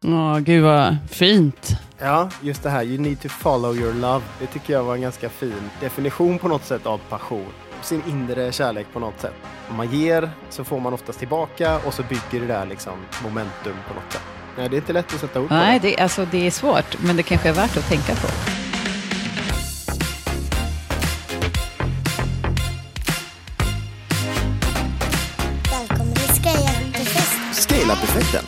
Åh, gud vad fint. Ja, just det här, you need to follow your love. Det tycker jag var en ganska fin definition på något sätt av passion. Sin inre kärlek på något sätt. Om man ger så får man oftast tillbaka och så bygger det där liksom momentum på något sätt. Nej, det är inte lätt att sätta ord på. Nej, det är svårt, men det kanske är värt att tänka på. Välkommen till Scale-up-effekten. Scale-up-effekten.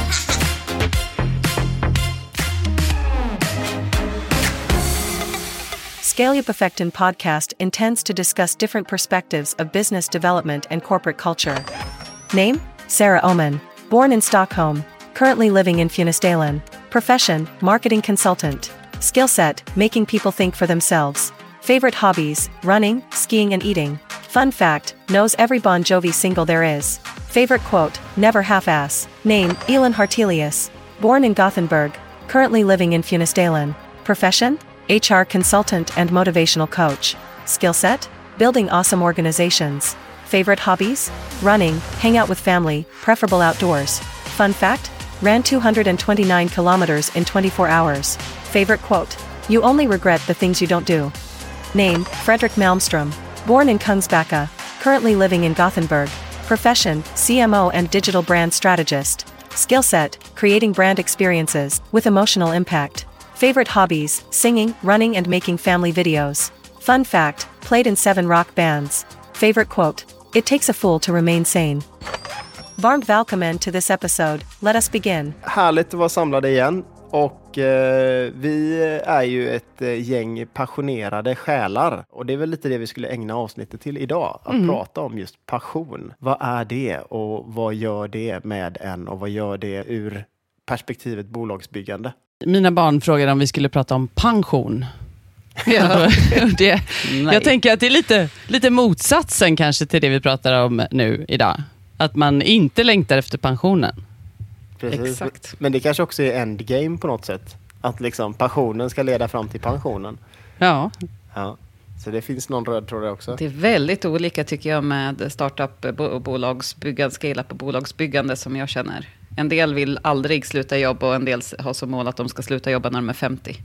Scale-up-effekten podcast intends to discuss different perspectives of business development and corporate culture. Name: Sarah Oman. Born in Stockholm. Currently living in Funäsdalen. Profession: marketing consultant. Skill set: making people think for themselves. Favorite hobbies: running, skiing and eating. Fun fact: knows every Bon Jovi single there is. Favorite quote: never half-ass. Name: Elin Hartelius. Born in Gothenburg. Currently living in Funäsdalen. Profession: HR consultant and motivational coach. Skill set: building awesome organizations. Favorite hobbies: running, hang out with family, preferable outdoors. Fun fact: ran 229 kilometers in 24 hours. Favorite quote: you only regret the things you don't do. Name: Fredrik Malmström. Born in Kungsbacka. Currently living in Gothenburg. Profession: CMO and digital brand strategist. Skill set: creating brand experiences with emotional impact. Favorite hobbies: singing, running and making family videos. Fun fact: played in 7 rock bands. Favorite quote: it takes a fool to remain sane. Varmt välkommen to this episode. Let us begin. Härligt att vara samlade igen. Och vi är ju ett gäng passionerade själar. Och det är väl lite det vi skulle ägna avsnittet till idag. Att prata om just passion. Vad är det och vad gör det med en och vad gör det ur perspektivet bolagsbyggande? Mina barn frågade om vi skulle prata om pension. Ja. Jag tänker att det är lite motsatsen kanske till det vi pratar om nu idag. Att man inte längtar efter pensionen. Precis. Exakt. Men det kanske också är endgame på något sätt. Att liksom passionen ska leda fram till pensionen. Ja. Ja. Så det finns någon röd tråd också. Det är väldigt olika tycker jag med startup och bolagsbyggande, scale-up och bolagsbyggande som jag känner. En del vill aldrig sluta jobba och en del har som mål att de ska sluta jobba när de är 50.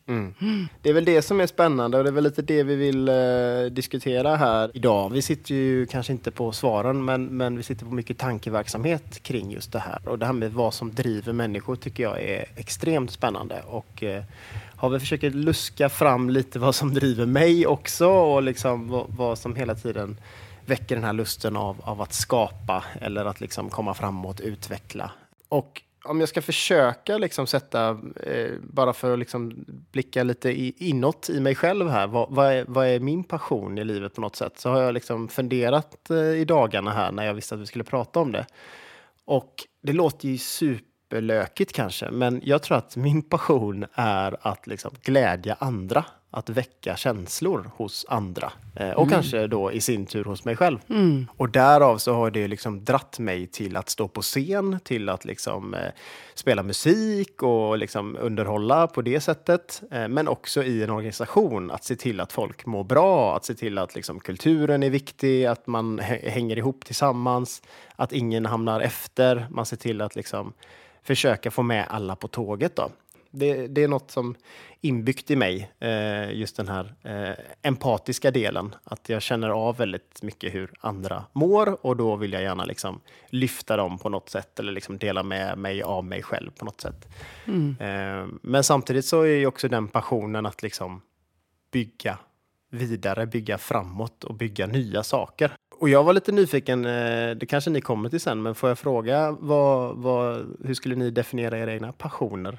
Det är väl det som är spännande och det är väl lite det vi vill diskutera här idag. Vi sitter ju kanske inte på svaren men vi sitter på mycket tankeverksamhet kring just det här. Och det här med vad som driver människor tycker jag är extremt spännande. Och har vi försökt luska fram lite vad som driver mig också och liksom vad som hela tiden väcker den här lusten av att skapa eller att liksom komma framåt, utveckla. Och om jag ska försöka liksom sätta, bara för att liksom blicka lite inåt i mig själv här, vad är min passion i livet på något sätt? Så har jag liksom funderat i dagarna här när jag visste att vi skulle prata om det. Och det låter ju superlökigt kanske, men jag tror att min passion är att liksom glädja andra. Att väcka känslor hos andra. Och kanske då i sin tur hos mig själv. Och därav så har det liksom dratt mig till att stå på scen. Till att liksom spela musik och liksom underhålla på det sättet. Men också i en organisation. Att se till att folk mår bra. Att se till att liksom kulturen är viktig. Att man hänger ihop tillsammans. Att ingen hamnar efter. Man ser till att liksom försöka få med alla på tåget då. Det är något som inbyggt i mig, just den här empatiska delen. Att jag känner av väldigt mycket hur andra mår och då vill jag gärna liksom lyfta dem på något sätt eller liksom dela med mig av mig själv på något sätt. Men samtidigt så är ju också den passionen att liksom bygga vidare, bygga framåt och bygga nya saker. Och jag var lite nyfiken, det kanske ni kommer till sen, men får jag fråga hur skulle ni definiera era egna passioner?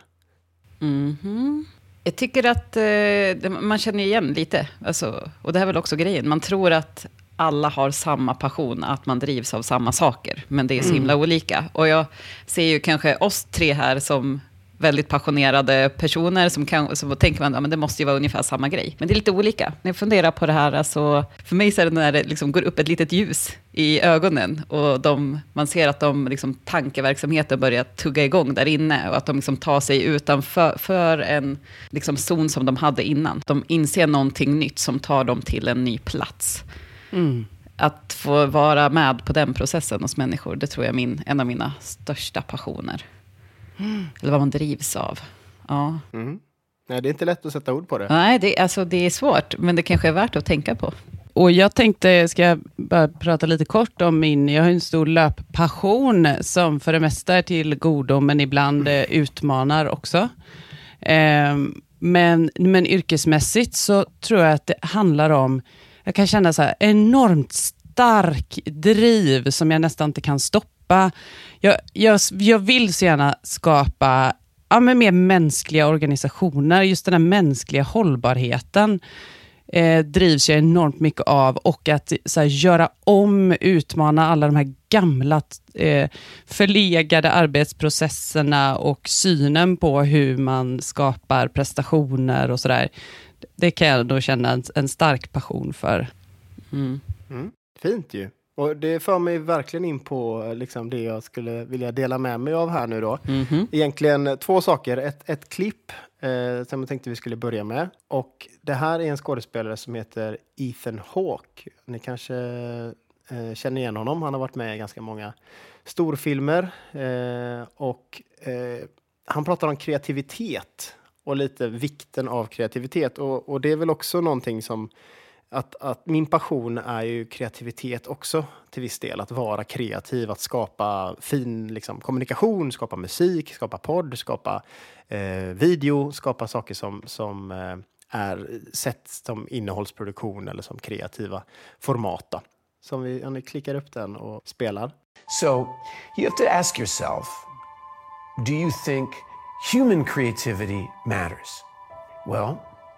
Jag tycker att man känner igen lite. Alltså, och det här är väl också grejen. Man tror att alla har samma passion. Att man drivs av samma saker. Men det är så himla olika. Och jag ser ju kanske oss tre här som väldigt passionerade personer som tänker man men det måste ju vara ungefär samma grej. Men det är lite olika. När jag funderar på det här, alltså, för mig så är det när det liksom går upp ett litet ljus i ögonen och man ser att liksom, tankeverksamheten börjar tugga igång där inne och att de liksom tar sig utanför en liksom, zon som de hade innan. De inser någonting nytt som tar dem till en ny plats. Att få vara med på den processen hos människor, det tror jag är en av mina största passioner. Eller vad man drivs av. Ja. Nej, det är inte lätt att sätta ord på det. Nej, det är svårt, men det kanske är värt att tänka på. Och jag tänkte, ska jag bara prata lite kort om jag har en stor löppassion som för det mesta är till godo, men ibland utmanar också. Men yrkesmässigt så tror jag att det handlar om, jag kan känna så här enormt stark driv som jag nästan inte kan stoppa. Jag vill så gärna skapa men mer mänskliga organisationer, just den här mänskliga hållbarheten drivs jag enormt mycket av, och att så här, göra om, utmana alla de här gamla förlegade arbetsprocesserna och synen på hur man skapar prestationer och sådär. Det kan jag då känna en stark passion för. Fint ju. Och det för mig verkligen in på liksom det jag skulle vilja dela med mig av här nu då. Egentligen 2 saker. Ett klipp som jag tänkte vi skulle börja med. Och det här är en skådespelare som heter Ethan Hawke. Ni kanske känner igen honom. Han har varit med i ganska många storfilmer. Han pratar om kreativitet och lite vikten av kreativitet. Och det är väl också någonting som att min passion är ju kreativitet också till viss del. Att vara kreativ, att skapa fin liksom, kommunikation, skapa musik, skapa podd, skapa video, skapa saker som är sett som innehållsproduktion eller som kreativa format. Som om ni klickar upp den och spelar. So you have to ask yourself, do you think human creativity matters? Well,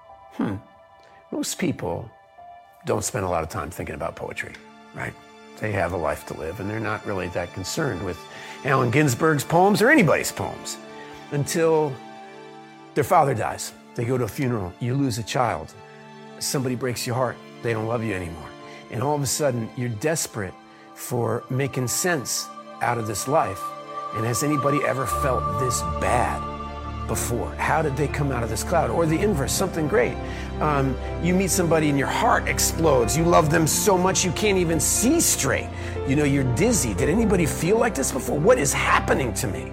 most people don't spend a lot of time thinking about poetry, right? They have a life to live, and they're not really that concerned with Allen Ginsberg's poems or anybody's poems until their father dies. They go to a funeral, you lose a child, somebody breaks your heart, they don't love you anymore. And all of a sudden, you're desperate for making sense out of this life. And has anybody ever felt this bad before? How did they come out of this cloud? Or the inverse, something great. You meet somebody and your heart explodes. You love them so much you can't even see straight. You know, you're dizzy. Did anybody feel like this before? What is happening to me?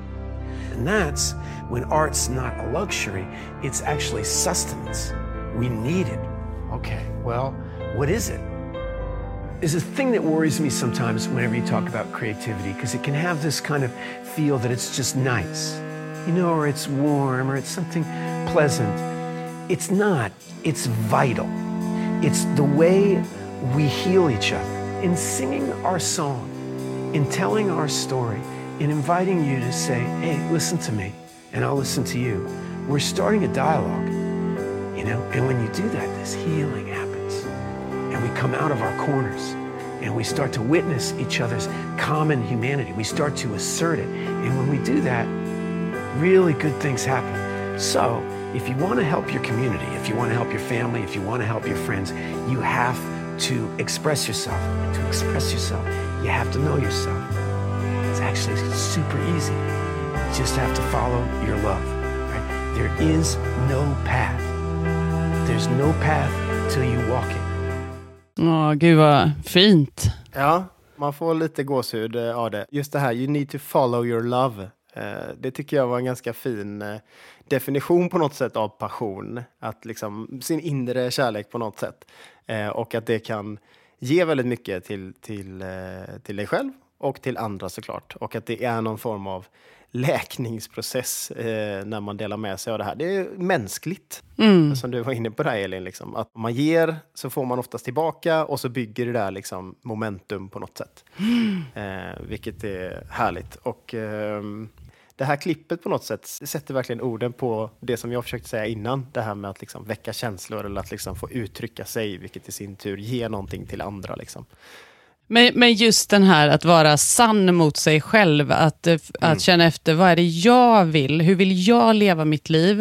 And that's when art's not a luxury, it's actually sustenance. We need it. Okay, well, what is it? There's a thing that worries me sometimes whenever you talk about creativity, because it can have this kind of feel that it's just nice. You know, or it's warm, or it's something pleasant. It's not. It's vital. It's the way we heal each other. In singing our song, in telling our story, in inviting you to say, hey, listen to me, and I'll listen to you. We're starting a dialogue, you know? And when you do that, this healing happens. And we come out of our corners, and we start to witness each other's common humanity. We start to assert it. And when we do that, really good things happen. So, if you want to help your community, if you want to help your family, if you want to help your friends, you have to express yourself. And to express yourself, you have to know yourself. It's actually super easy. You just have to follow your love. Right? There is no path. There's no path till you walk it. Gud vad fint. Ja, man får lite gåshud av det. Just det här, you need to follow your love. Det tycker jag var en ganska fin definition på något sätt av passion. Att liksom sin inre kärlek på något sätt. Och att det kan ge väldigt mycket till dig själv och till andra såklart. Och att det är någon form av läkningsprocess när man delar med sig av det här. Det är mänskligt. Som du var inne på där, Elin. Liksom. Att om man ger så får man oftast tillbaka och så bygger det där liksom momentum på något sätt. Vilket är härligt. Och det här klippet på något sätt sätter verkligen orden på det som jag försökte säga innan. Det här med att liksom väcka känslor eller att liksom få uttrycka sig, vilket i sin tur ger någonting till andra. Liksom. Men just den här att vara sann mot sig själv, att känna efter vad är det jag vill, hur vill jag leva mitt liv.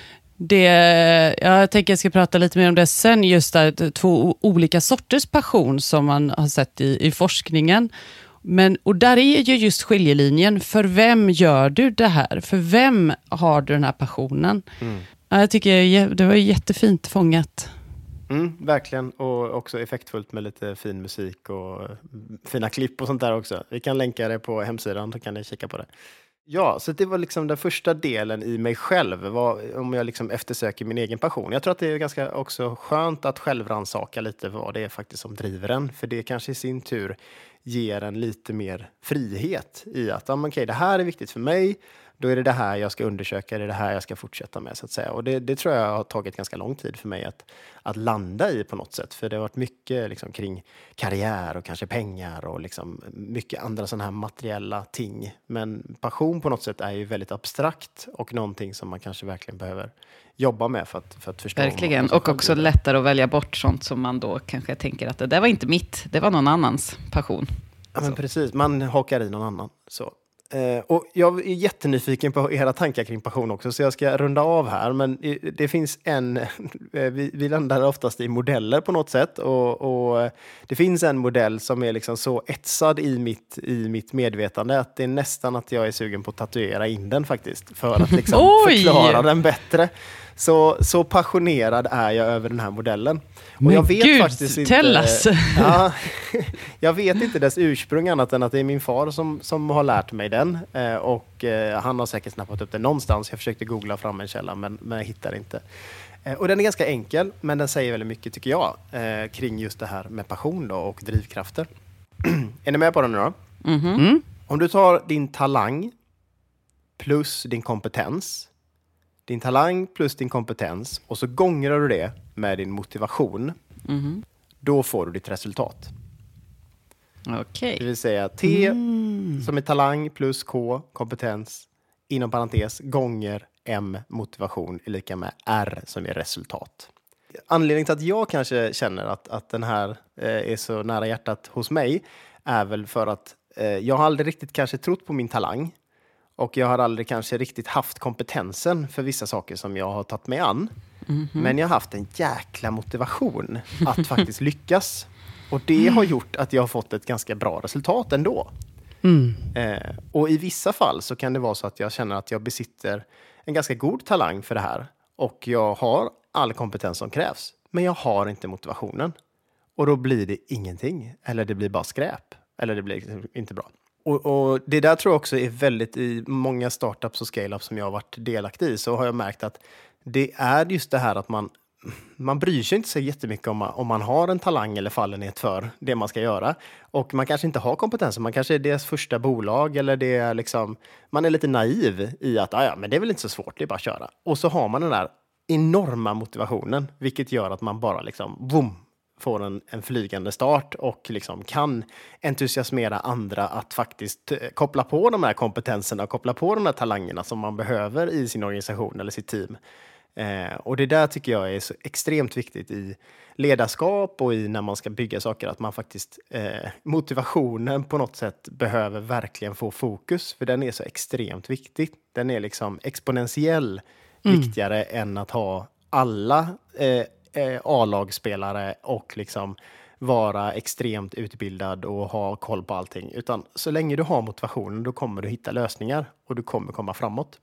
Jag tänker jag ska prata lite mer om det sen, just där 2 olika sorters passion som man har sett i forskningen. Och där är ju just skiljelinjen, för vem gör du det här? För vem har du den här passionen? Jag tycker det var jättefint fångat. Verkligen, och också effektfullt med lite fin musik och fina klipp och sånt där också. Vi kan länka det på hemsidan, så kan ni kika på det. Ja, så det var liksom den första delen i mig själv, om jag liksom eftersöker min egen passion. Jag tror att det är ganska också skönt att självrannsaka lite vad det är faktiskt som driver en. För det kanske i sin tur ger en lite mer frihet i att okej, det här är viktigt för mig. Då är det här jag ska undersöka, det är det här jag ska fortsätta med så att säga. Och det tror jag har tagit ganska lång tid för mig att landa i på något sätt. För det har varit mycket liksom kring karriär och kanske pengar och liksom mycket andra sådana här materiella ting. Men passion på något sätt är ju väldigt abstrakt och någonting som man kanske verkligen behöver jobba med för att förstå. Verkligen, och också lättare att välja bort sånt som man då kanske tänker att det där var inte mitt, det var någon annans passion. Ja, men precis, man hakar i någon annan. Så. Och jag är jättenyfiken på era tankar kring passion också, så jag ska runda av här. Men det finns vi landar oftast i modeller på något sätt. Och det finns en modell som är liksom så etsad i mitt medvetande att det är nästan att jag är sugen på att tatuera in den faktiskt. För att liksom förklara den bättre. Så passionerad är jag över den här modellen. Och jag vet faktiskt inte. Ja, jag vet inte dess ursprung annat än att det är min far som har lärt mig den. Och han har säkert snappat upp den någonstans. Jag försökte googla fram en källa men jag hittar inte. Och den är ganska enkel, men den säger väldigt mycket tycker jag kring just det här med passion då, och drivkrafter. Är ni med på den nu då? Mm-hmm. Om du tar din talang plus din kompetens, din talang plus din kompetens och så gångrar du det med din motivation, då får du ditt resultat. Okej. Det vill säga T som är talang plus K, kompetens, inom parentes, gånger M, motivation, är lika med R som är resultat. Anledningen till att jag kanske känner att den här är så nära hjärtat hos mig är väl för att jag har aldrig riktigt kanske trott på min talang. Och jag har aldrig kanske riktigt haft kompetensen för vissa saker som jag har tagit mig an. Mm-hmm. Men jag har haft en jäkla motivation att faktiskt lyckas. Och det har gjort att jag har fått ett ganska bra resultat ändå. Och i vissa fall så kan det vara så att jag känner att jag besitter en ganska god talang för det här. Och jag har all kompetens som krävs. Men jag har inte motivationen. Och då blir det ingenting. Eller det blir bara skräp. Eller det blir inte bra. Och det där tror jag också är väldigt i många startups och scale-ups som jag har varit delaktig i, så har jag märkt att det är just det här att man bryr sig inte så jättemycket om man har en talang eller fallenhet för det man ska göra. Och man kanske inte har kompetensen, man kanske är deras första bolag eller det är liksom, man är lite naiv i att men det är väl inte så svårt, det är bara att köra. Och så har man den där enorma motivationen, vilket gör att man bara liksom får en flygande start och liksom kan entusiasmera andra att faktiskt koppla på de här kompetenserna och koppla på de här talangerna som man behöver i sin organisation eller sitt team. Och det där tycker jag är så extremt viktigt i ledarskap och i när man ska bygga saker, att man faktiskt motivationen på något sätt behöver verkligen få fokus, för den är så extremt viktig. Den är liksom exponentiell viktigare än att ha alla A-lagsspelare och liksom vara extremt utbildad och ha koll på allting. Utan så länge du har motivationen, då kommer du hitta lösningar och du kommer komma framåt.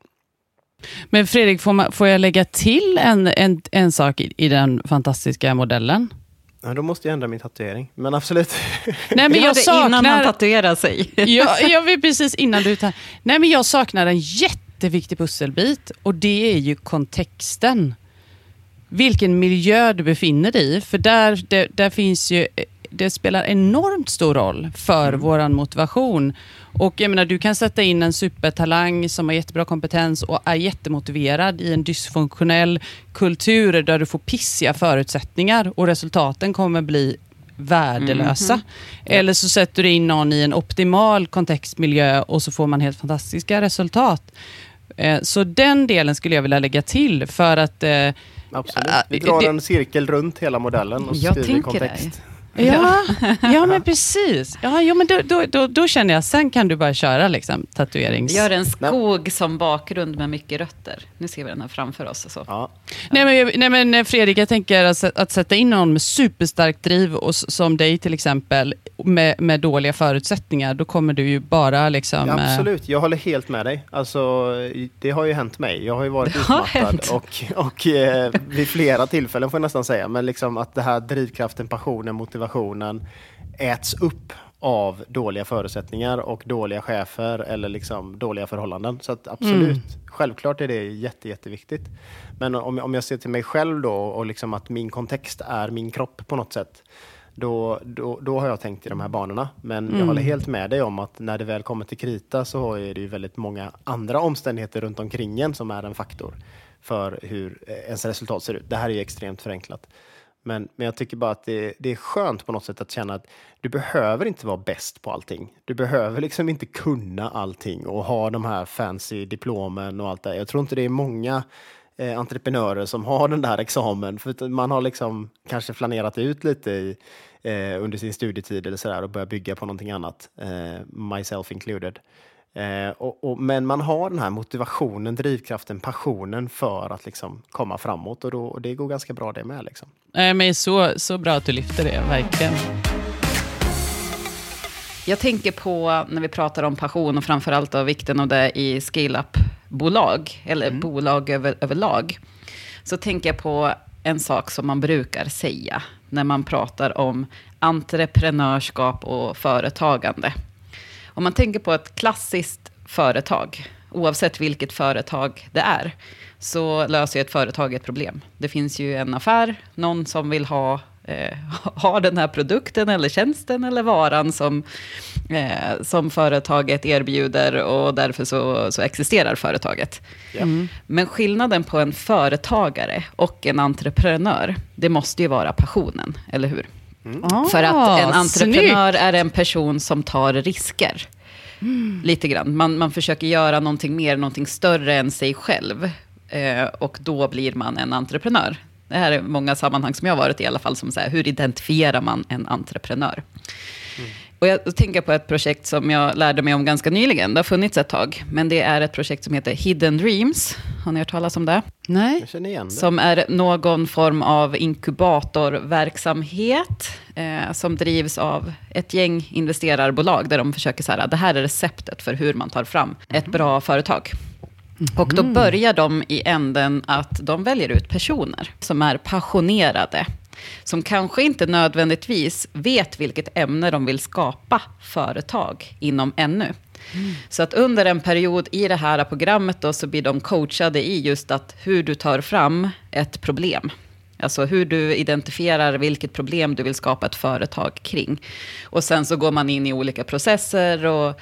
Men Fredrik, får jag lägga till en sak i den fantastiska modellen? Ja, då måste jag ändra min tatuering. Men absolut. Nej, men jag saknar... Innan man tatuerar sig. jag vill precis innan du tar... Nej, men jag saknar en jätteviktig pusselbit. Och det är ju kontexten. Vilken miljö du befinner dig i. För där finns ju... Det spelar enormt stor roll för våran motivation. Och jag menar, du kan sätta in en supertalang som har jättebra kompetens och är jättemotiverad i en dysfunktionell kultur där du får pissiga förutsättningar och resultaten kommer bli värdelösa. Eller så sätter du in någon i en optimal kontextmiljö och så får man helt fantastiska resultat. Så den delen skulle jag vilja lägga till för att... Absolut. Vi drar en cirkel runt hela modellen och skriver kontext. Ja, men precis. Ja, men då känner jag, sen kan du bara köra liksom tatuerings... Gör en skog som bakgrund med mycket rötter. Nu ser vi den här framför oss. Och så. Ja. Nej, men Fredrik, jag tänker att sätta in någon med superstarkt driv och som dig till exempel med dåliga förutsättningar, då kommer du ju bara liksom... Ja, absolut, jag håller helt med dig. Alltså, det har ju hänt mig. Jag har ju varit utmattad och vid flera tillfällen får jag nästan säga. Men liksom att det här drivkraften, passionen, motivationen äts upp av dåliga förutsättningar och dåliga chefer eller liksom dåliga förhållanden. Så att absolut, självklart är det jätteviktigt. Men om jag ser till mig själv då och liksom att min kontext är min kropp på något sätt, då har jag tänkt i de här banorna. Men jag håller helt med dig om att när det väl kommer till krita så är det ju väldigt många andra omständigheter runt omkring en som är en faktor för hur ens resultat ser ut. Det här är ju extremt förenklat. Men jag tycker bara att det är skönt på något sätt att känna att du behöver inte vara bäst på allting. Du behöver liksom inte kunna allting och ha de här fancy diplomen och allt det. Jag tror inte det är många entreprenörer som har den där examen. För man har liksom kanske flanerat ut lite under sin studietid eller sådär och börjat bygga på någonting annat. Myself included. Men man har den här motivationen, drivkraften, passionen för att liksom komma framåt och det går ganska bra det med liksom. Men så bra att du lyfter det, verkligen. Jag tänker på när vi pratar om passion och framförallt av vikten av det i scale-up-bolag eller bolag överlag, så tänker jag på en sak som man brukar säga när man pratar om entreprenörskap och företagande. Om man tänker på ett klassiskt företag, oavsett vilket företag det är, så löser ett företag ett problem. Det finns ju en affär, någon som vill ha den här produkten eller tjänsten eller varan som företaget erbjuder, och därför så existerar företaget. Men skillnaden på en företagare och en entreprenör, det måste ju vara passionen, eller hur? För att en entreprenör är en person som tar risker. Lite grann. Man försöker göra någonting mer, någonting större än sig själv. Och då blir man en entreprenör. Det här är många sammanhang som jag har varit i alla fall, som säger, hur identifierar man en entreprenör? Och jag tänker på ett projekt som jag lärde mig om ganska nyligen. Det har funnits ett tag. Men det är ett projekt som heter Hidden Dreams. Har ni hört talas om det? Nej. Jag känner igen det. Som är någon form av inkubatorverksamhet som drivs av ett gäng investerarbolag. Där de försöker säga, det här är receptet för hur man tar fram ett bra företag. Och då börjar de i änden att de väljer ut personer som är passionerade. Som kanske inte nödvändigtvis vet vilket ämne de vill skapa företag inom ännu. Så att under en period i det här programmet då, så blir de coachade i just att hur du tar fram ett problem. Alltså hur du identifierar vilket problem du vill skapa ett företag kring. Och sen så går man in i olika processer och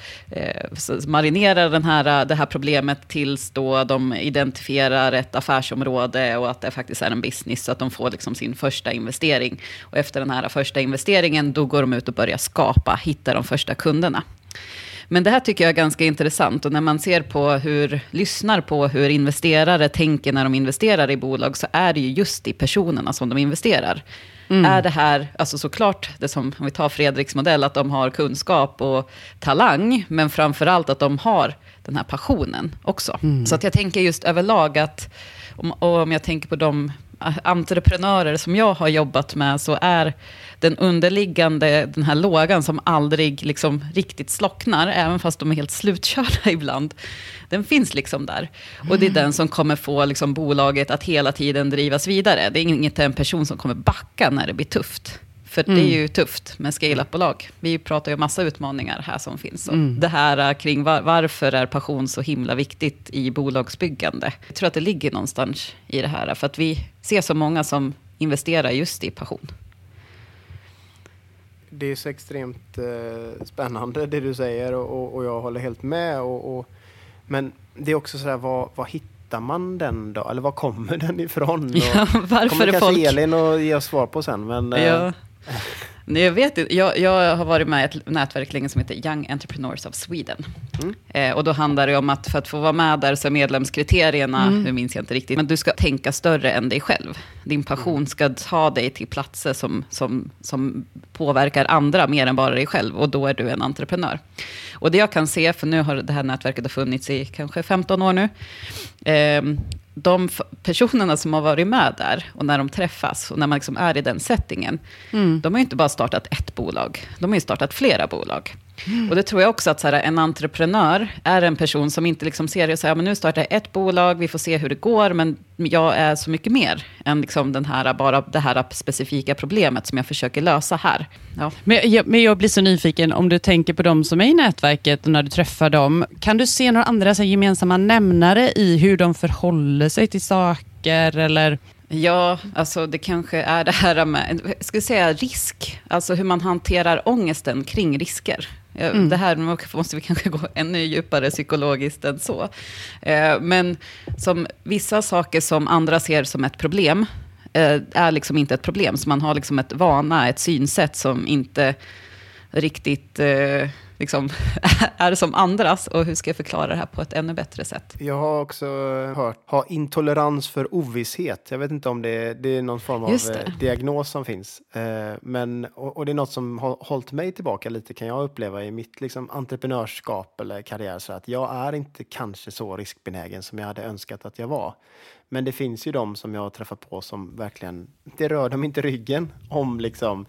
marinerar det här problemet tills då de identifierar ett affärsområde och att det faktiskt är en business, så att de får liksom sin första investering. Och efter den här första investeringen, då går de ut och börjar hitta de första kunderna. Men det här tycker jag är ganska intressant, och när man lyssnar på hur investerare tänker när de investerar i bolag, så är det ju just i personerna som de investerar. Är det här, alltså såklart, det som, om vi tar Fredriks modell, att de har kunskap och talang, men framförallt att de har den här passionen också. Så att jag tänker just överlag att, om jag tänker på de entreprenörer som jag har jobbat med, så är den underliggande, den här lågan som aldrig liksom riktigt slocknar, även fast de är helt slutkörda ibland, den finns liksom där. Och det är den som kommer få liksom bolaget att hela tiden drivas vidare. Det är inte en person som kommer backa när det blir tufft. För det är ju tufft med scale-up-bolag. Vi pratar ju om massa utmaningar här som finns. Och det här kring varför är passion så himla viktigt i bolagsbyggande. Jag tror att det ligger någonstans i det här. För att vi ser så många som investerar just i passion. Det är så extremt spännande det du säger, och jag håller helt med. Men det är också sådär, vad hittar man den då? Eller var kommer den ifrån? Ja, varför kommer är kanske folk... Elin och ge oss svar på sen. Men, ja. Nej, jag vet inte. Jag har varit med i ett nätverk länge som heter Young Entrepreneurs of Sweden. Och då handlar det om att för att få vara med där, så är medlemskriterierna, nu minns jag inte riktigt, men du ska tänka större än dig själv. Din passion ska ta dig till platser som påverkar andra mer än bara dig själv, och då är du en entreprenör. Och det jag kan se, för nu har det här nätverket funnits i kanske 15 år nu, de personerna som har varit med där, och när de träffas och när man liksom är i den settingen, de har ju inte bara startat ett bolag, de har ju startat flera bolag. Och det tror jag också att så här, en entreprenör är en person som inte liksom ser det och säger, men nu startar jag ett bolag, vi får se hur det går, men jag är så mycket mer än liksom bara det här specifika problemet som jag försöker lösa här. Ja. Men jag blir så nyfiken, om du tänker på dem som är i nätverket och när du träffar dem, kan du se några andra så här, gemensamma nämnare i hur de förhåller sig till saker eller... Ja, alltså det kanske är det här med, jag skulle säga risk, alltså hur man hanterar ångesten kring risker. Det här måste vi kanske gå ännu djupare psykologiskt än så. Men som vissa saker som andra ser som ett problem är liksom inte ett problem. Så man har liksom ett synsätt som inte riktigt liksom är som andras. Och hur ska jag förklara det här på ett ännu bättre sätt? Jag har också hört ha intolerans för ovisshet. Jag vet inte om det är någon form av diagnos som finns. Men, och det är något som har hållit mig tillbaka lite, kan jag uppleva i mitt liksom, entreprenörskap eller karriär. Så att jag är inte kanske så riskbenägen som jag hade önskat att jag var. Men det finns ju de som jag har träffat på som verkligen, det rör dem inte ryggen om liksom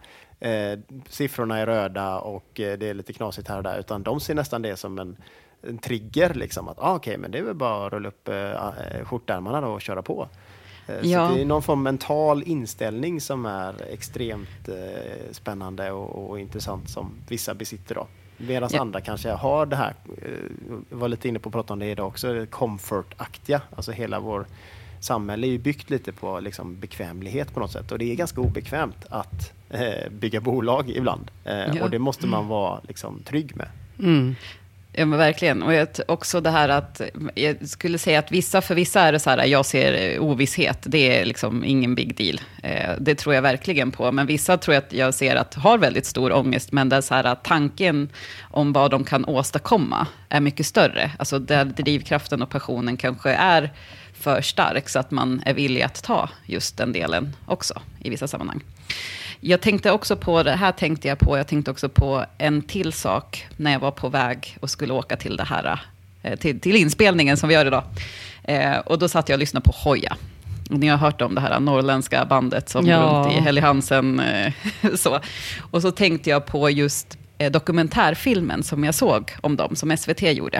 siffrorna är röda och det är lite knasigt här och där, utan de ser nästan det som en trigger liksom, att okej, men det är väl bara att rulla upp skjortärmarna då och köra på. Så det är någon form av mental inställning som är extremt spännande och intressant som vissa besitter då. Medan andra kanske har det här, var lite inne på att prata om det idag också, comfort-aktiga, alltså hela vår samhälle är ju byggt lite på liksom bekvämlighet på något sätt. Och det är ganska obekvämt att bygga bolag ibland. Och det måste man vara liksom trygg med. Mm. Ja, men verkligen. Och också det här att jag skulle säga att för vissa är det så här, jag ser ovisshet, det är liksom ingen big deal. Det tror jag verkligen på. Men vissa tror jag att jag ser att har väldigt stor ångest, men där så här, tanken om vad de kan åstadkomma är mycket större. Alltså där drivkraften och passionen kanske är för stark så att man är villig att ta just den delen också i vissa sammanhang. Jag tänkte också på det här, jag tänkte också på en till sak när jag var på väg och skulle åka till det här, till inspelningen som vi gör idag. Och då satt jag och lyssnade på Hoja. Och ni har hört om det här norrländska bandet som går runt i Helly Hansen. Så. Och så tänkte jag på just dokumentärfilmen som jag såg om dem, som SVT gjorde.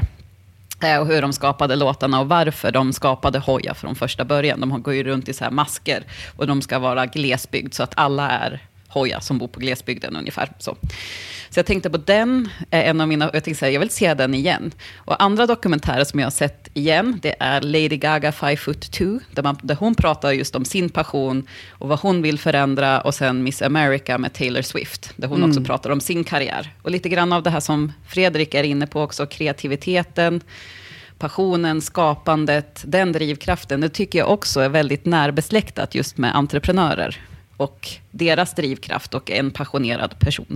Och hur de skapade låtarna och varför de skapade Hoja från första början. De går ju runt i så här masker och de ska vara glesbygd så att alla är Hoja som bor på glesbygden ungefär. Så jag tänkte på den, en av mina, jag tänkte säga, jag vill se den igen. Och andra dokumentärer som jag har sett igen, det är Lady Gaga 5'2", där hon pratar just om sin passion och vad hon vill förändra, och sen Miss America med Taylor Swift, där hon också pratar om sin karriär. Och lite grann av det här som Fredrik är inne på också, kreativiteten, passionen, skapandet, den drivkraften, det tycker jag också är väldigt närbesläktat just med entreprenörer och deras drivkraft och en passionerad person.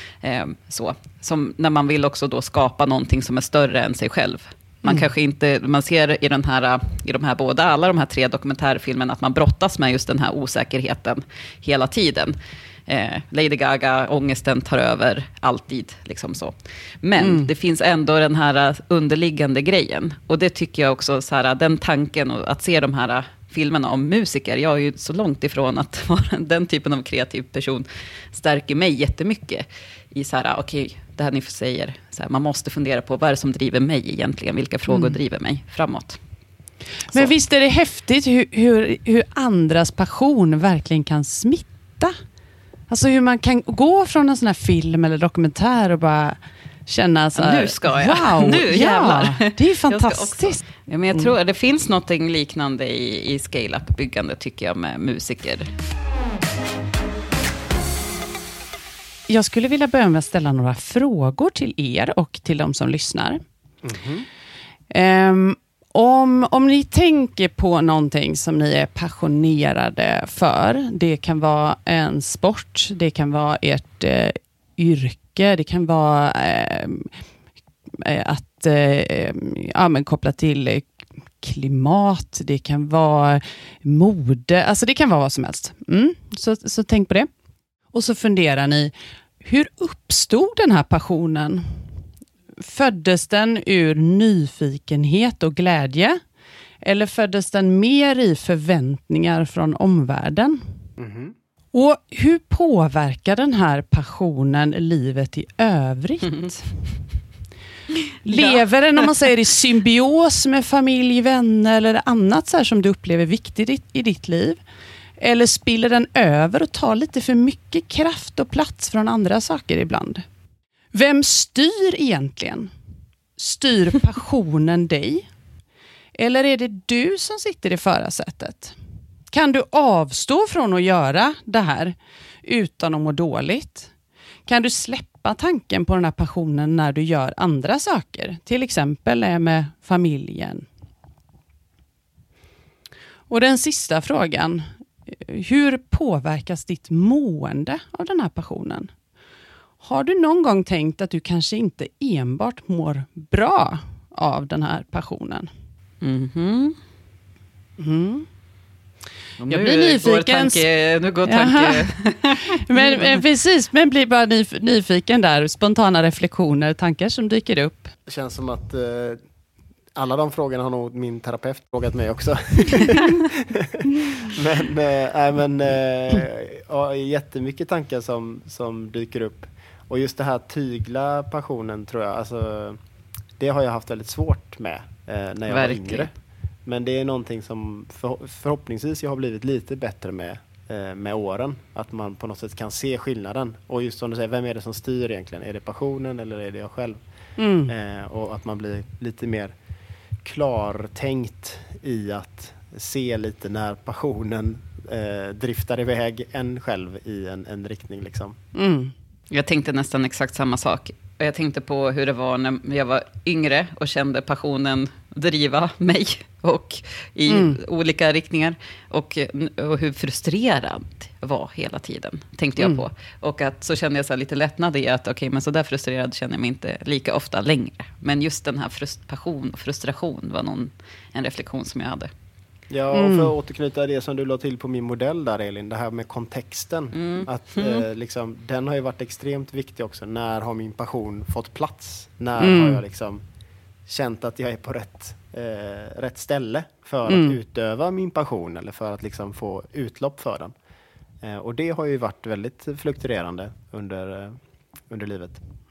Så, som när man vill också då skapa någonting som är större än sig själv. Man kanske inte, man ser i de här båda, alla de här 3 dokumentärfilmerna, att man brottas med just den här osäkerheten hela tiden. Lady Gaga, ångesten tar över alltid liksom så. Men det finns ändå den här underliggande grejen, och det tycker jag också så här, den tanken att se de här filmerna om musiker, jag är ju så långt ifrån att vara den typen av kreativ person, stärker mig jättemycket i så här, okej, det här ni säger, så här, man måste fundera på vad är det som driver mig egentligen, vilka frågor driver mig framåt. Men visst är det häftigt hur andras passion verkligen kan smitta. Alltså hur man kan gå från en sån här film eller dokumentär och bara känna så här, nu ska jag. Wow, nu jävlar. Ja, det är fantastiskt. Ja, men jag tror att det finns något liknande i scale-up-byggande, tycker jag, med musiker. Jag skulle vilja börja med att ställa några frågor till er och till de som lyssnar. Om ni tänker på någonting som ni är passionerade för, det kan vara en sport, det kan vara ert yrke, det kan vara att koppla till klimat, det kan vara mode, alltså det kan vara vad som helst. Så tänk på det. Och så funderar ni, hur uppstod den här passionen? Föddes den ur nyfikenhet och glädje? Eller föddes den mer i förväntningar från omvärlden? Och hur påverkar den här passionen livet i övrigt? Lever den, om man säger, i symbios med familj, vänner eller annat så här som du upplever viktigt i ditt liv? Eller spiller den över och tar lite för mycket kraft och plats från andra saker ibland? Vem styr egentligen? Styr passionen dig? Eller är det du som sitter i förarsätet? Kan du avstå från att göra det här utan att må dåligt? Kan du släppa tanken på den här passionen när du gör andra saker? Till exempel med familjen. Och den sista frågan. Hur påverkas ditt mående av den här passionen? Har du någon gång tänkt att du kanske inte enbart mår bra av den här passionen? Jag blir nyfiken. Nu går tanke. Men precis, men blir bara nyfiken där. Spontana reflektioner, tankar som dyker upp. Det känns som att alla de frågorna har nog min terapeut frågat mig också. Jättemycket tankar som dyker upp. Och just det här tygla passionen tror jag, alltså, det har jag haft väldigt svårt med när jag var yngre. Men det är någonting som förhoppningsvis jag har blivit lite bättre med åren. Att man på något sätt kan se skillnaden. Och just som du säger, vem är det som styr egentligen? Är det passionen eller är det jag själv? Och att man blir lite mer klartänkt i att se lite när passionen driftar iväg en själv i en riktning. Liksom. Jag tänkte nästan exakt samma sak. Jag tänkte på hur det var när jag var yngre och kände passionen driva mig och i olika riktningar. Och hur frustrerad jag var hela tiden, tänkte jag på. Och att så kände jag så här lite lättnad i att men så där frustrerad känner jag mig inte lika ofta längre. Men just den här passion och frustration var en reflektion som jag hade. Ja, och för att återknyta det som du la till på min modell där, Elin, det här med kontexten. Att liksom, den har ju varit extremt viktig också. När har min passion fått plats? När har jag liksom känt att jag är på rätt ställe för att utöva min passion eller för att liksom få utlopp för den. Och det har ju varit väldigt fluktuerande under livet.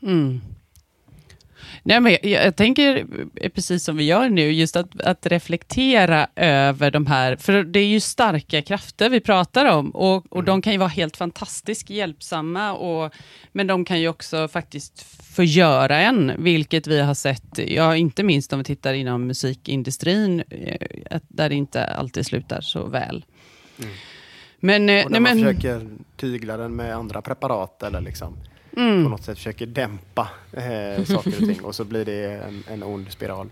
Nej, men jag tänker precis som vi gör nu, just att reflektera över de här, för det är ju starka krafter vi pratar om och de kan ju vara helt fantastiskt hjälpsamma men de kan ju också faktiskt förgöra en, vilket vi har sett, inte minst om vi tittar inom musikindustrin där det inte alltid slutar så väl. Men, och när man försöker tygla den med andra preparat eller liksom på något sätt försöker dämpa saker och ting och så blir det en ond spiral.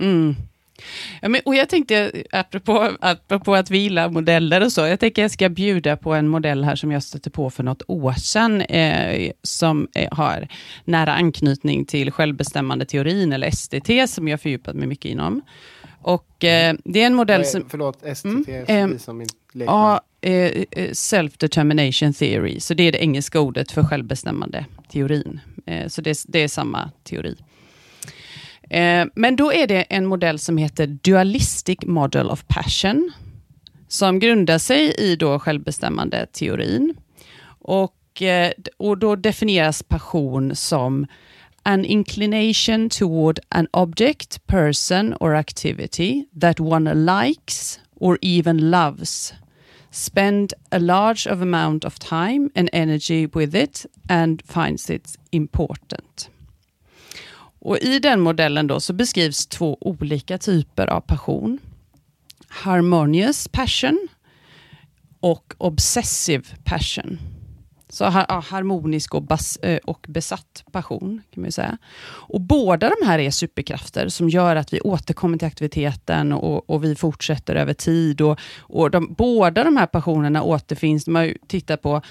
Ja, men, och jag tänkte, apropå att vi gillar modeller och så, jag tänker jag ska bjuda på en modell här som jag stötte på för något år sedan som har nära anknytning till självbestämmande teorin eller SDT som jag fördjupat mig mycket inom. Och det är en modell som... Förlåt, SDT som inte lekman. Self-determination theory. Så det är det engelska ordet för självbestämmande teorin. Så det är samma teori. Men då är det en modell som heter Dualistic Model of Passion. Som grundar sig i då självbestämmande teorin. Och då definieras passion som an inclination toward an object, person or activity that one likes or even loves. Spend a large amount of time and energy with it and finds it important. Och i den modellen då så beskrivs 2 olika typer av passion. Harmonious passion och obsessive passion. Så harmonisk och besatt passion kan man ju säga. Och båda de här är superkrafter som gör att vi återkommer till aktiviteten och vi fortsätter över tid. Och båda de här passionerna återfinns, man tittar på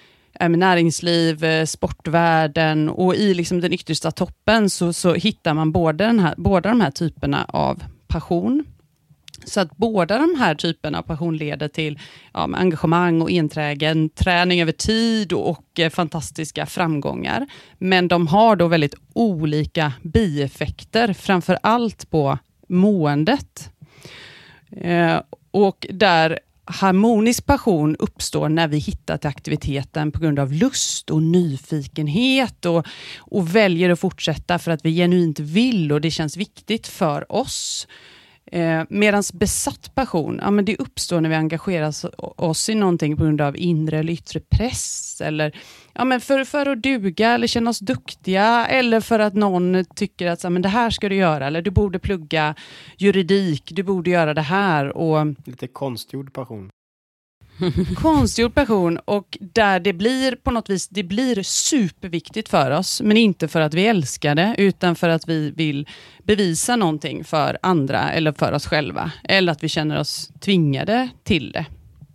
näringsliv, sportvärlden och i liksom den yttersta toppen så hittar man båda de här typerna av passion. Så att båda de här typerna av passion leder till engagemang och enträgen träning över tid och fantastiska framgångar. Men de har då väldigt olika bieffekter, framför allt på måendet. Och där harmonisk passion uppstår när vi hittar till aktiviteten på grund av lust och nyfikenhet och väljer att fortsätta för att vi genuint vill och det känns viktigt för oss. Medan besatt passion, ja, men det uppstår när vi engagerar oss i någonting på grund av inre eller yttre press eller ja, men för att duga eller känna oss duktiga eller för att någon tycker att men det här ska du göra eller du borde plugga juridik, du borde göra det här. Och lite konstgjord passion. Konstgjord passion och där det blir på något vis, det blir superviktigt för oss men inte för att vi älskar det utan för att vi vill bevisa någonting för andra eller för oss själva eller att vi känner oss tvingade till det.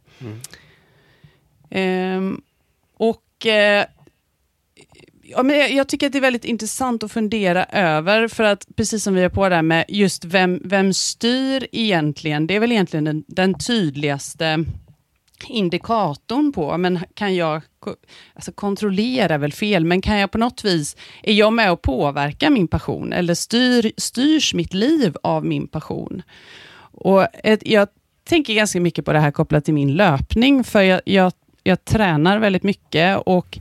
Ja, men jag tycker att det är väldigt intressant att fundera över för att precis som vi är på det här med just vem styr egentligen, det är väl egentligen den tydligaste indikatorn på, men kan jag kontrollera väl fel, men kan jag på något vis, är jag med och påverka min passion eller styrs mitt liv av min passion? Och jag tänker ganska mycket på det här kopplat till min löpning för jag tränar väldigt mycket och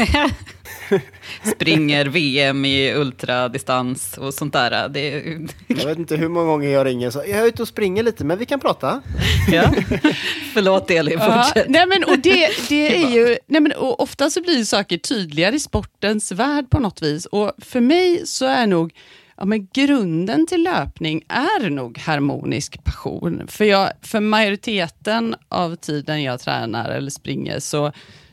springer VM i ultradistans och sånt där. Jag vet inte hur många gånger jag ringer så jag är ute och springer lite men vi kan prata. Ja. Förlåt Elin, fortsätt. Nej men och det är ju och ofta så blir saker tydligare i sportens värld på något vis och för mig så är nog men grunden till löpning är nog harmonisk passion. För majoriteten av tiden jag tränar eller springer så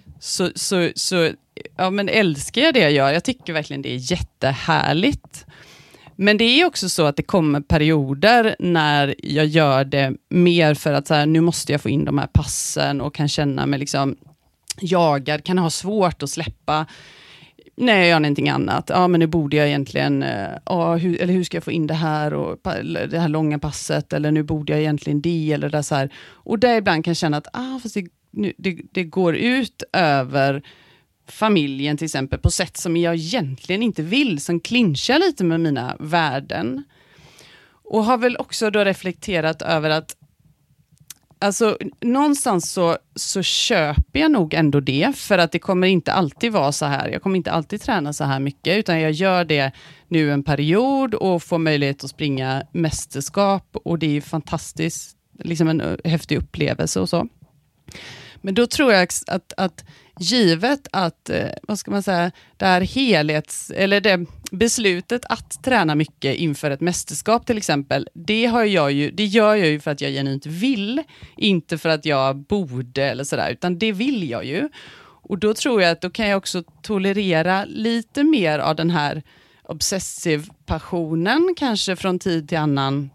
älskar jag det jag gör. Jag tycker verkligen det är jättehärligt. Men det är också så att det kommer perioder när jag gör det mer för att så här, nu måste jag få in de här passen och kan känna mig liksom jagad, kan ha svårt att släppa. Nej, jag gör någonting annat. Ja, men nu borde jag egentligen, hur ska jag få in det här och det här långa passet eller nu borde jag egentligen det eller det så här. Och där ibland kan jag känna att fast det går ut över familjen till exempel på sätt som jag egentligen inte vill, som clinchar lite med mina värden. Och har väl också då reflekterat över att alltså någonstans så köper jag nog ändå det för att det kommer inte alltid vara så här. Jag kommer inte alltid träna så här mycket utan jag gör det nu en period och får möjlighet att springa mästerskap och det är fantastiskt, liksom en häftig upplevelse och så. Men då tror jag att givet att, vad ska man säga, det här det beslutet att träna mycket inför ett mästerskap till exempel, det gör jag ju för att jag genuint vill, inte för att jag borde eller sådär, utan det vill jag ju. Och då tror jag att då kan jag också tolerera lite mer av den här obsessive passionen kanske från tid till annan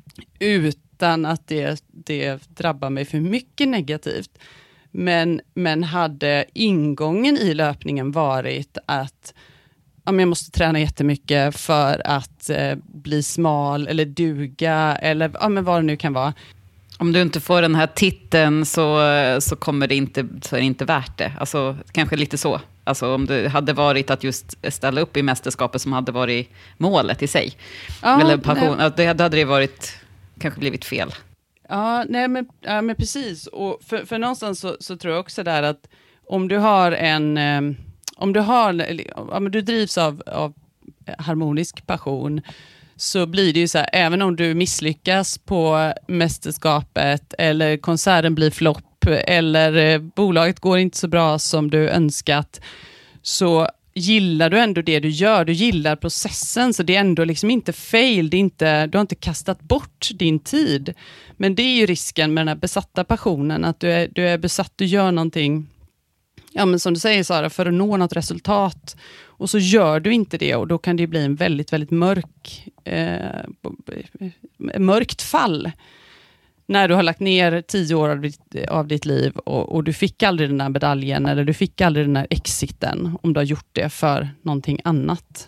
utan att det drabbar mig för mycket negativt. Men hade ingången i löpningen varit att jag måste träna jättemycket för att bli smal eller duga eller men vad det nu kan vara. Om du inte får den här titeln så kommer det inte, så är det inte värt det. Alltså kanske lite så. Alltså om det hade varit att just ställa upp i mästerskapet som hade varit målet i sig. Eller passion, det hade det varit kanske blivit fel. Ja, nej men precis. Och för någonstans så tror jag också där att om du har du drivs av harmonisk passion så blir det ju så här, även om du misslyckas på mästerskapet eller konserten blir flopp eller bolaget går inte så bra som du önskat, så gillar du ändå det du gör, du gillar processen, så det är ändå liksom inte fail, du har inte kastat bort din tid. Men det är ju risken med den här besatta passionen, att du är besatt, du gör någonting, men som du säger Sara, för att nå något resultat och så gör du inte det och då kan det bli en väldigt, väldigt mörkt fall. När du har lagt ner 10 år av ditt liv och du fick aldrig den där medaljen eller du fick aldrig den där exiten om du har gjort det för någonting annat.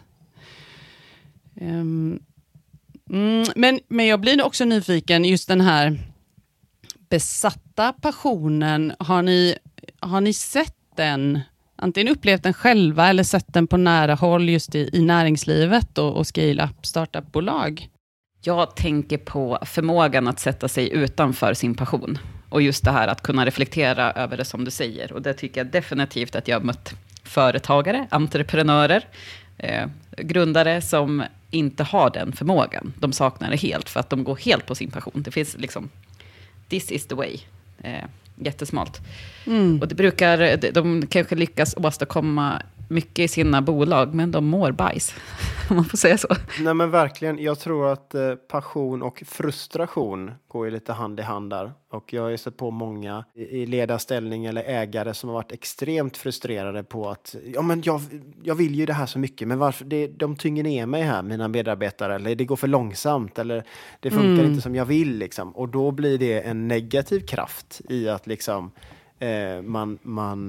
Men jag blir också nyfiken, just den här besatta passionen, har ni sett den, antingen upplevt den själva eller sett den på nära håll just i näringslivet och scale-up startup-bolag? Jag tänker på förmågan att sätta sig utanför sin passion. Och just det här att kunna reflektera över det som du säger. Och det tycker jag definitivt att jag har mött företagare, entreprenörer, grundare som inte har den förmågan. De saknar det helt för att de går helt på sin passion. Det finns liksom, this is the way. Jättesmalt. Och det brukar, de kanske lyckas åstadkomma mycket i sina bolag, men de mår bajs. Om man får säga så. Nej men verkligen, jag tror att passion och frustration går ju lite hand i hand där. Och jag har ju sett på många i ledarställning eller ägare som har varit extremt frustrerade på att ja men jag vill ju det här så mycket, men varför de tynger ner mig här, mina medarbetare, eller det går för långsamt, eller det funkar inte som jag vill liksom. Och då blir det en negativ kraft i att liksom man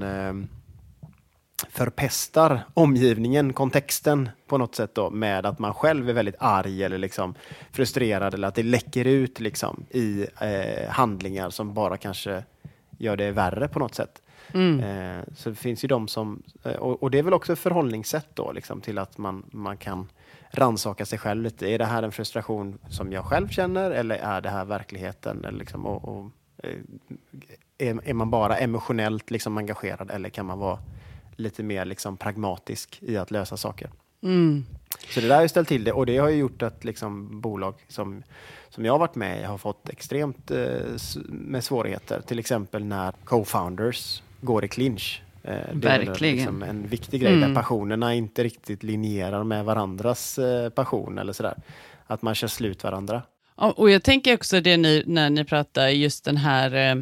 förpestar omgivningen, kontexten på något sätt då, med att man själv är väldigt arg eller liksom frustrerad, eller att det läcker ut liksom i handlingar som bara kanske gör det värre på något sätt. Så det finns ju de som, och det är väl också ett förhållningssätt då liksom, till att man kan rannsaka sig själv lite. Är det här en frustration som jag själv känner, eller är det här verkligheten, eller liksom, är man bara emotionellt liksom engagerad, eller kan man vara lite mer liksom pragmatisk i att lösa saker. Så det där har ju ställt till det, och det har ju gjort att liksom bolag som jag har varit med i har fått extremt med svårigheter. Till exempel när co-founders går i clinch. Det är liksom en viktig grej där passionerna inte riktigt linjerar med varandras passion eller sådär. Att man kör slut varandra. Och jag tänker också det när ni pratar just den här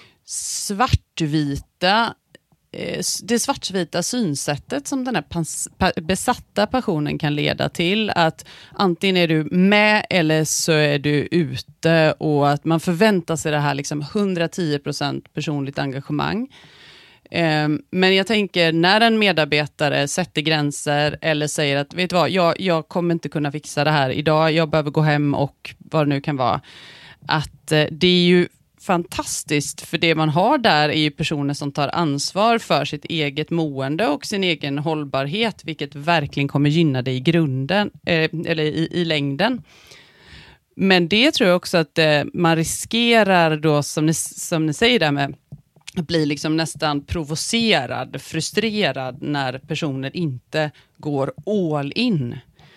det svartvita synsättet som den här besatta passionen kan leda till, att antingen är du med eller så är du ute, och att man förväntar sig det här liksom 110% personligt engagemang. Men jag tänker, när en medarbetare sätter gränser eller säger att vet du vad, jag kommer inte kunna fixa det här idag, jag behöver gå hem och vad det nu kan vara, att det är ju fantastiskt, för det man har där är ju personer som tar ansvar för sitt eget mående och sin egen hållbarhet, vilket verkligen kommer gynna dig i grunden eller i längden. Men det tror jag också att man riskerar då, som ni säger där, med att bli liksom nästan provocerad, frustrerad när personer inte går all in.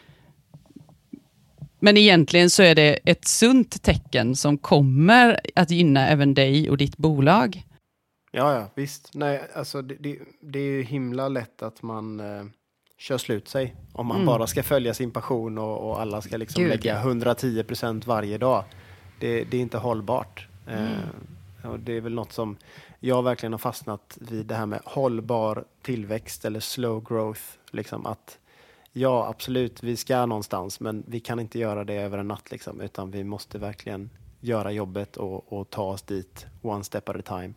Men egentligen så är det ett sunt tecken som kommer att gynna även dig och ditt bolag. Ja, visst. Nej, alltså det är ju himla lätt att man kör slut sig. Om man bara ska följa sin passion och alla ska liksom lägga 110% varje dag. Det är inte hållbart. Och det är väl något som jag verkligen har fastnat vid, det här med hållbar tillväxt eller slow growth. Liksom att ja, absolut, vi ska någonstans, men vi kan inte göra det över en natt liksom, utan vi måste verkligen göra jobbet och ta oss dit one step at a time.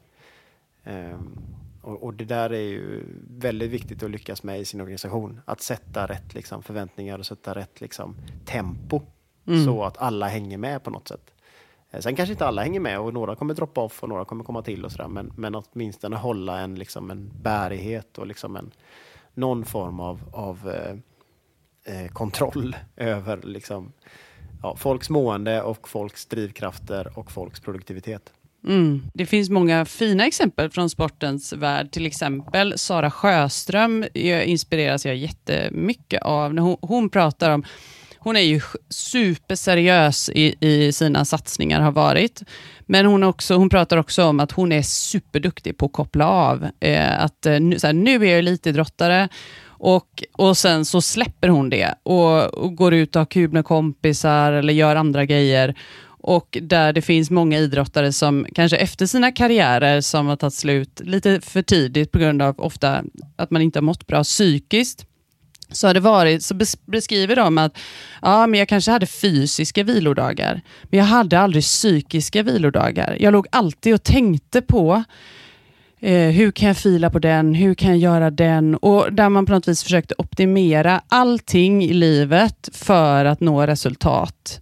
Och det där är ju väldigt viktigt att lyckas med i sin organisation, att sätta rätt liksom förväntningar och sätta rätt liksom tempo så att alla hänger med på något sätt. Sen kanske inte alla hänger med, och några kommer droppa off och några kommer komma till och sådär, men åtminstone hålla en bärighet och liksom någon form av kontroll över liksom, folks mående och folks drivkrafter och folks produktivitet. Det finns många fina exempel från sportens värld. Till exempel Sara Sjöström inspireras jag jättemycket av när hon pratar om. Hon är ju superseriös i sina satsningar, har varit. Men hon pratar också om att hon är superduktig på att koppla av. Att nu är jag elitidrottare. Och sen så släpper hon det och går ut och har kul med kompisar eller gör andra grejer. Och där det finns många idrottare som kanske efter sina karriärer som har tagit slut lite för tidigt på grund av ofta att man inte har mått bra psykiskt. Så beskriver de att men jag kanske hade fysiska vilodagar, men jag hade aldrig psykiska vilodagar. Jag låg alltid och tänkte på hur kan jag fila på den, hur kan jag göra den, och där man på något vis försökte optimera allting i livet för att nå resultat.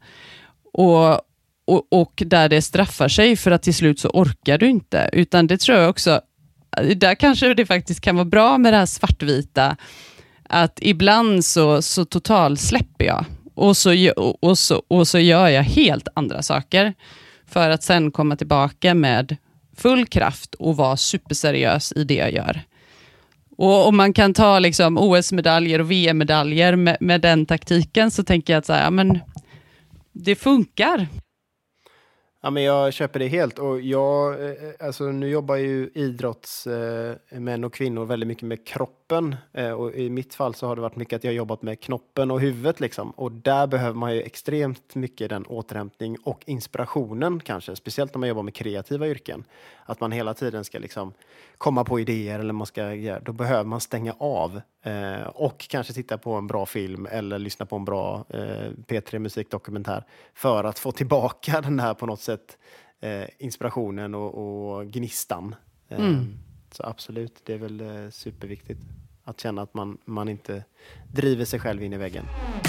Och där det straffar sig för att till slut så orkar du inte, utan det tror jag också, där kanske det faktiskt kan vara bra med det här svartvita, att ibland så total släpper jag och så gör jag helt andra saker för att sen komma tillbaka med full kraft och vara superseriös i det jag gör. Och om man kan ta liksom OS-medaljer och VM-medaljer med den taktiken, så tänker jag att så här, ja, men det funkar. Ja, men jag köper det helt. Och nu jobbar ju idrottsmän och kvinnor väldigt mycket med kroppen. Och i mitt fall så har det varit mycket att jag har jobbat med knoppen och huvudet. Liksom. Och där behöver man ju extremt mycket den återhämtning och inspirationen kanske. Speciellt när man jobbar med kreativa yrken. Att man hela tiden ska liksom komma på idéer. Eller då behöver man stänga av. Och kanske titta på en bra film eller lyssna på en bra P3 musikdokumentär för att få tillbaka den här på något sätt inspirationen och gnistan. Så absolut, det är väl superviktigt att känna att man inte driver sig själv in i väggen.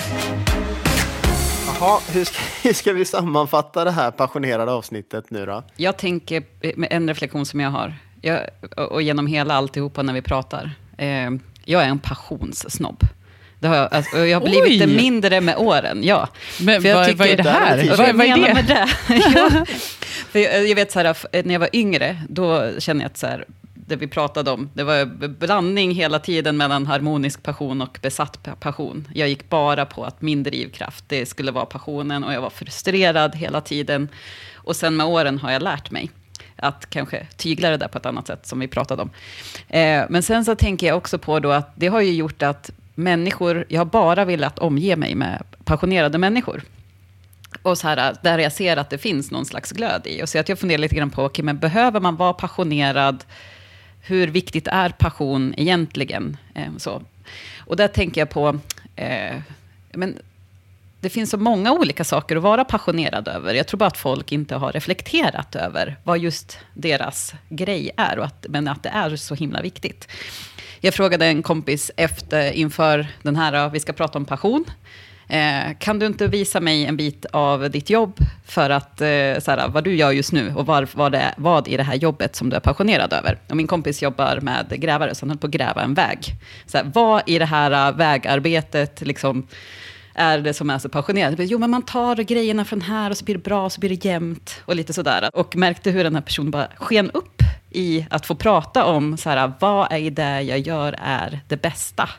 Jaha, hur ska vi sammanfatta det här passionerade avsnittet nu då? Jag tänker med en reflektion som jag har, och genom hela alltihopa när vi pratar. Jag är en passionssnobb. Det har jag har blivit det mindre med åren, ja. Men för vad är det här? Vad är med det? Ja. För jag vet så här, när jag var yngre, då kände jag att så här, det vi pratade om, det var en blandning hela tiden mellan harmonisk passion och besatt passion. Jag gick bara på att min drivkraft, det skulle vara passionen, och jag var frustrerad hela tiden. Och sen med åren har jag lärt mig att kanske tygla det där på ett annat sätt som vi pratade om. Men sen så tänker jag också på då att det har ju gjort att jag har bara velat omge mig med passionerade människor. Och så här, där jag ser att det finns någon slags glöd i. Och så att jag funderar lite grann på, okej, men behöver man vara passionerad? Hur viktigt är passion egentligen? Så. Och där tänker jag på, men det finns så många olika saker att vara passionerad över. Jag tror bara att folk inte har reflekterat över vad just deras grej är. Men att det är så himla viktigt. Jag frågade en kompis inför den här, vi ska prata om passion. Kan du inte visa mig en bit av ditt jobb för att så här, vad du gör just nu och vad i det här jobbet som du är passionerad över? Och min kompis jobbar med grävare, så han höll på att gräva en väg. Så här, vad i det här vägarbetet liksom är det som är så passionerat? Jo, men man tar grejerna från här och så blir det bra, så blir det jämnt och lite sådär. Och märkte hur den här personen bara sken upp i att få prata om så här, vad är det jag gör är det bästa.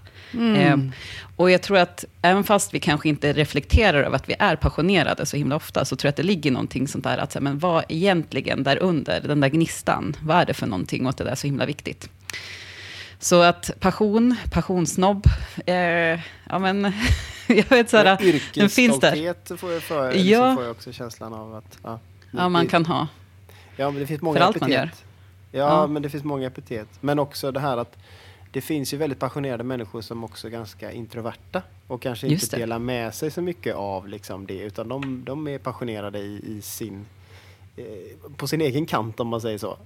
Och jag tror att även fast vi kanske inte reflekterar över att vi är passionerade så himla ofta, så tror jag att det ligger någonting sånt där att, men vad egentligen där under, den där gnistan, vad är det för någonting, och att det där är så himla viktigt. Så att passionssnobb, ja men jag vet såhär, den finns där. Får jag också känslan av att man kan ha. Ja, men det finns många för allt epitet. Man gör. Ja, men det finns många epitet. Men också det här att det finns ju väldigt passionerade människor som också är ganska introverta och kanske inte delar med sig så mycket av liksom det, utan de är passionerade i sin på sin egen kant, om man säger så.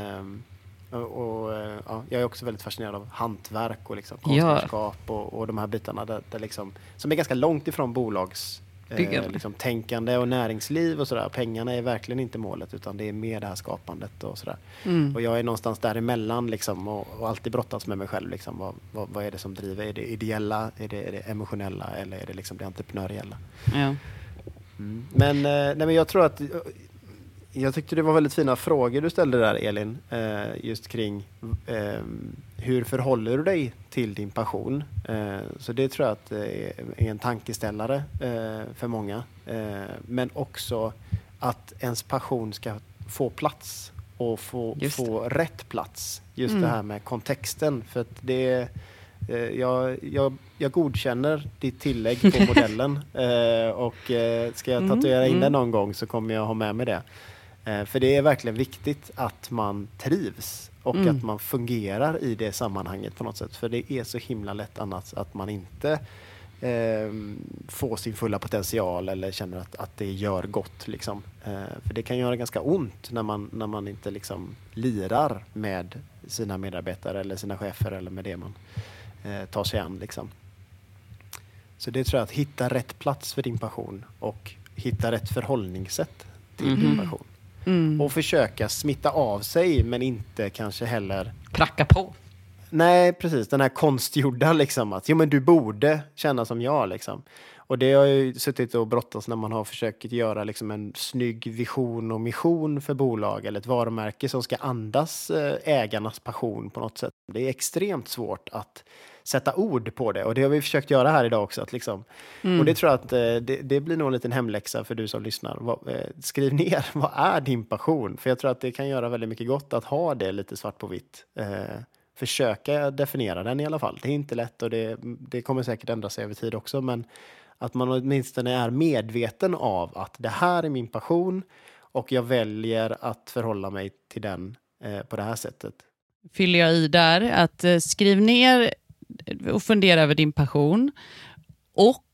Jag är också väldigt fascinerad av hantverk och liksom konstnärskap och de här bitarna där liksom, som är ganska långt ifrån liksom, tänkande och näringsliv och sådär. Pengarna är verkligen inte målet, utan det är mer det här skapandet och sådär. Och jag är någonstans däremellan liksom, och alltid brottas med mig själv liksom, vad är det som driver? Är det ideella? Är det emotionella? Eller är det liksom det entreprenöriella? Ja. Men jag tror att jag tyckte det var väldigt fina frågor du ställde där, Elin, just kring hur förhåller du dig till din passion. Så det tror jag att är en tankeställare för många. Men också att ens passion ska få plats och få rätt plats. Just det här med kontexten. För att det jag godkänner ditt tillägg på modellen. Och ska jag tatuera in det någon gång så kommer jag ha med mig det. För det är verkligen viktigt att man trivs och att man fungerar i det sammanhanget på något sätt. För det är så himla lätt annars att man inte får sin fulla potential eller känner att det gör gott. Liksom. För det kan göra ganska ont när man inte liksom lirar med sina medarbetare eller sina chefer eller med det man tar sig an. Liksom. Så det tror jag, att hitta rätt plats för din passion och hitta rätt förhållningssätt till din passion. Och försöka smitta av sig, men inte kanske heller pracka på. Nej, precis. Den här konstgjorda liksom. Att men du borde känna som jag liksom. Och det har ju suttit och brottats när man har försökt göra liksom en snygg vision och mission för bolag eller ett varumärke som ska andas ägarnas passion på något sätt. Det är extremt svårt att sätta ord på det och det har vi försökt göra här idag också. Att liksom, och det tror jag att det blir nog en liten hemläxa för du som lyssnar. Skriv ner, vad är din passion? För jag tror att det kan göra väldigt mycket gott att ha det lite svart på vitt. Försöka definiera den i alla fall. Det är inte lätt och det kommer säkert ändra sig över tid också, men att man åtminstone är medveten av att det här är min passion och jag väljer att förhålla mig till den på det här sättet. Fyller jag i där att skriv ner och fundera över din passion och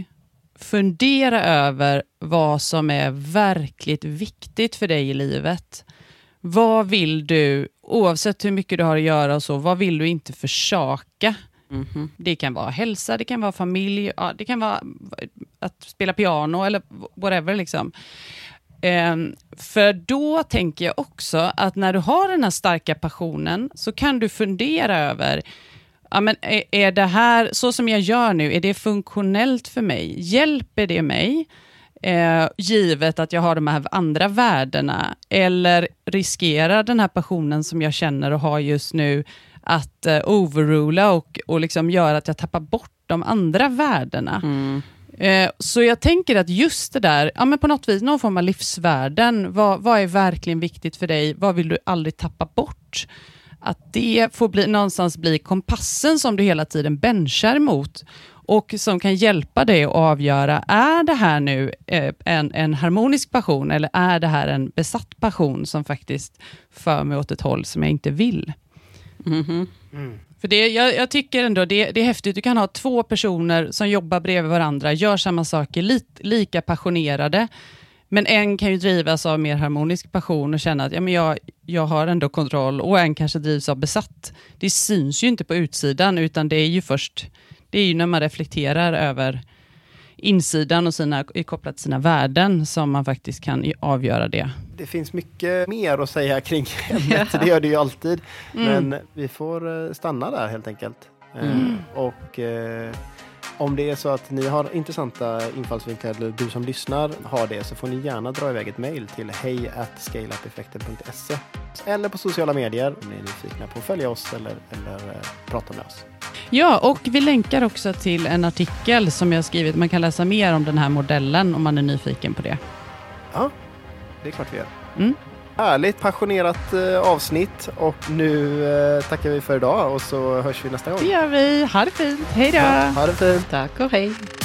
fundera över vad som är verkligt viktigt för dig i livet. Vad vill du, oavsett hur mycket du har att göra och så, vad vill du inte försaka? Mm-hmm. Det kan vara hälsa, det kan vara familj, ja, det kan vara att spela piano eller whatever liksom. För då tänker jag också att när du har den här starka passionen så kan du fundera över, ja, men är det här, så som jag gör nu, är det funktionellt för mig? Hjälper det mig? Givet att jag har de här andra värdena, eller riskerar den här passionen som jag känner och har just nu att overrula och liksom göra att jag tappar bort de andra värdena. Så jag tänker att just det där, ja, men på något vis någon form av livsvärden, vad är verkligen viktigt för dig, vad vill du aldrig tappa bort, att det får någonstans bli kompassen som du hela tiden benchar mot och som kan hjälpa dig att avgöra, är det här nu en harmonisk passion eller är det här en besatt passion som faktiskt för mig åt ett håll som jag inte vill. För jag tycker ändå det är häftigt. Du kan ha 2 personer som jobbar bredvid varandra, gör samma saker, lika passionerade, men en kan ju drivas av mer harmonisk passion och känna att ja, men jag har ändå kontroll, och en kanske drivs av besatt. Det syns ju inte på utsidan, utan det är ju när man reflekterar över insidan och är kopplat till sina värden som man faktiskt kan avgöra det. Det finns mycket mer att säga kring ämnet, det gör det ju alltid. Men vi får stanna där helt enkelt. Och om det är så att ni har intressanta infallsvinklar eller du som lyssnar har det, så får ni gärna dra iväg ett mejl till hej@scaleupeffekten.se eller på sociala medier om ni är nyfikna på att följa oss eller prata med oss. Ja, och vi länkar också till en artikel som jag har skrivit. Man kan läsa mer om den här modellen om man är nyfiken på det. Ja, det är klart vi gör. Härligt, passionerat avsnitt. Och nu tackar vi för idag och så hörs vi nästa gång. Det gör vi. Ha det fint. Hej då. Ja, ha det fint. Tack och hej.